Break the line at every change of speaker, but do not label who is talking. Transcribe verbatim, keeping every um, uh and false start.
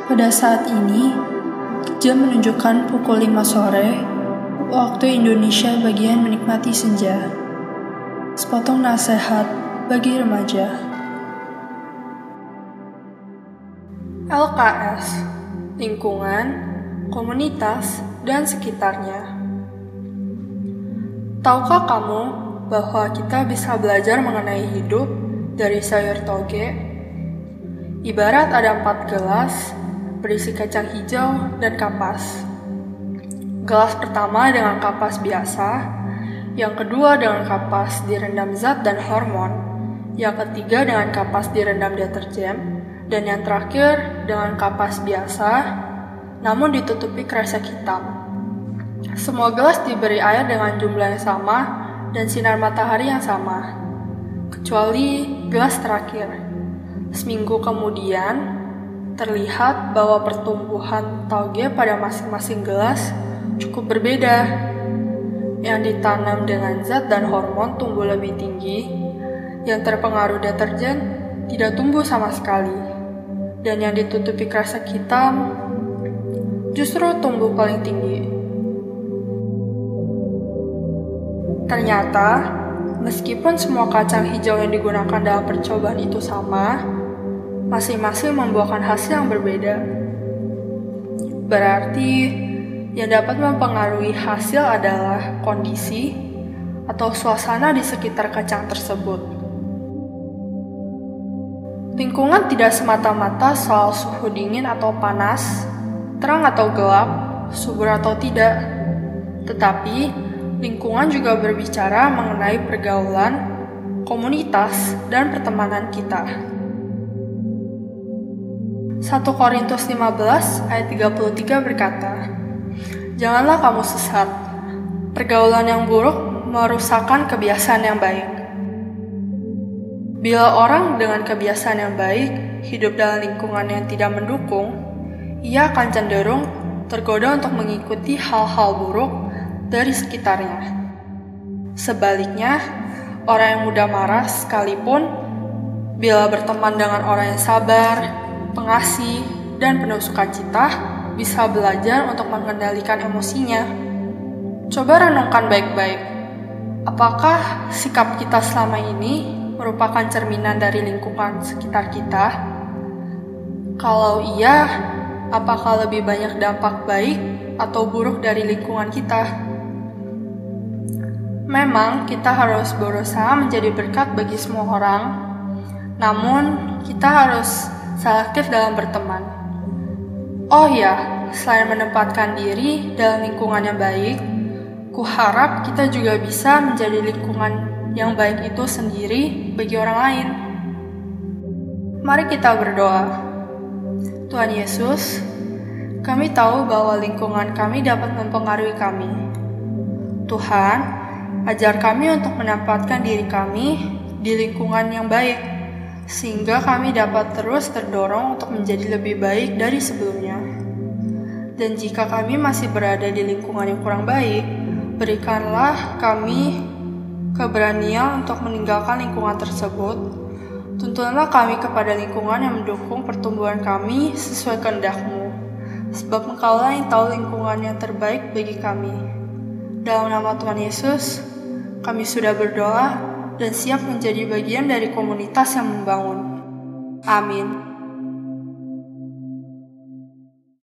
Pada saat ini, jam menunjukkan pukul lima sore, waktu Indonesia bagian menikmati senja. Sepotong nasihat bagi remaja. L K S, lingkungan, komunitas, dan sekitarnya. Tahukah kamu bahwa kita bisa belajar mengenai hidup dari sayur toge? Ibarat ada empat gelas, berisi kacang hijau dan kapas. Gelas pertama dengan kapas biasa, yang kedua dengan kapas direndam zat dan hormon, yang ketiga dengan kapas direndam deterjen, dan yang terakhir dengan kapas biasa, namun ditutupi kresek hitam. Semua gelas diberi air dengan jumlah yang sama dan sinar matahari yang sama, kecuali gelas terakhir. Seminggu kemudian, terlihat bahwa pertumbuhan tauge pada masing-masing gelas cukup berbeda. Yang ditanam dengan zat dan hormon tumbuh lebih tinggi, yang terpengaruh deterjen tidak tumbuh sama sekali, dan yang ditutupi kresek hitam justru tumbuh paling tinggi. Ternyata, meskipun semua kacang hijau yang digunakan dalam percobaan itu sama, masing-masing membuahkan hasil yang berbeda. Berarti, yang dapat mempengaruhi hasil adalah kondisi atau suasana di sekitar kacang tersebut. Lingkungan tidak semata-mata soal suhu dingin atau panas, terang atau gelap, subur atau tidak, tetapi lingkungan juga berbicara mengenai pergaulan, komunitas, dan pertemanan kita. satu Korintus lima belas ayat tiga puluh tiga berkata, "Janganlah kamu sesat. Pergaulan yang buruk merusakkan kebiasaan yang baik." Bila orang dengan kebiasaan yang baik hidup dalam lingkungan yang tidak mendukung, ia akan cenderung tergoda untuk mengikuti hal-hal buruk dari sekitarnya. Sebaliknya, orang yang mudah marah sekalipun, bila berteman dengan orang yang sabar, pengasih, dan penuh sukacita, bisa belajar untuk mengendalikan emosinya. Coba renungkan baik-baik. Apakah sikap kita selama ini merupakan cerminan dari lingkungan sekitar kita? Kalau iya, apakah lebih banyak dampak baik atau buruk dari lingkungan kita? Memang kita harus berusaha menjadi berkat bagi semua orang, namun kita harus selektif dalam berteman. Oh ya, selain menempatkan diri dalam lingkungan yang baik, kuharap kita juga bisa menjadi lingkungan yang baik itu sendiri bagi orang lain. Mari kita berdoa. Tuhan Yesus, kami tahu bahwa lingkungan kami dapat mempengaruhi kami. Tuhan, ajar kami untuk menempatkan diri kami di lingkungan yang baik, sehingga kami dapat terus terdorong untuk menjadi lebih baik dari sebelumnya. Dan jika kami masih berada di lingkungan yang kurang baik, berikanlah kami keberanian untuk meninggalkan lingkungan tersebut. Tuntunlah kami kepada lingkungan yang mendukung pertumbuhan kami sesuai kehendak-Mu, sebab Engkaulah yang tahu lingkungan yang terbaik bagi kami. Dalam nama Tuhan Yesus, kami sudah berdoa dan siap menjadi bagian dari komunitas yang membangun. Amin.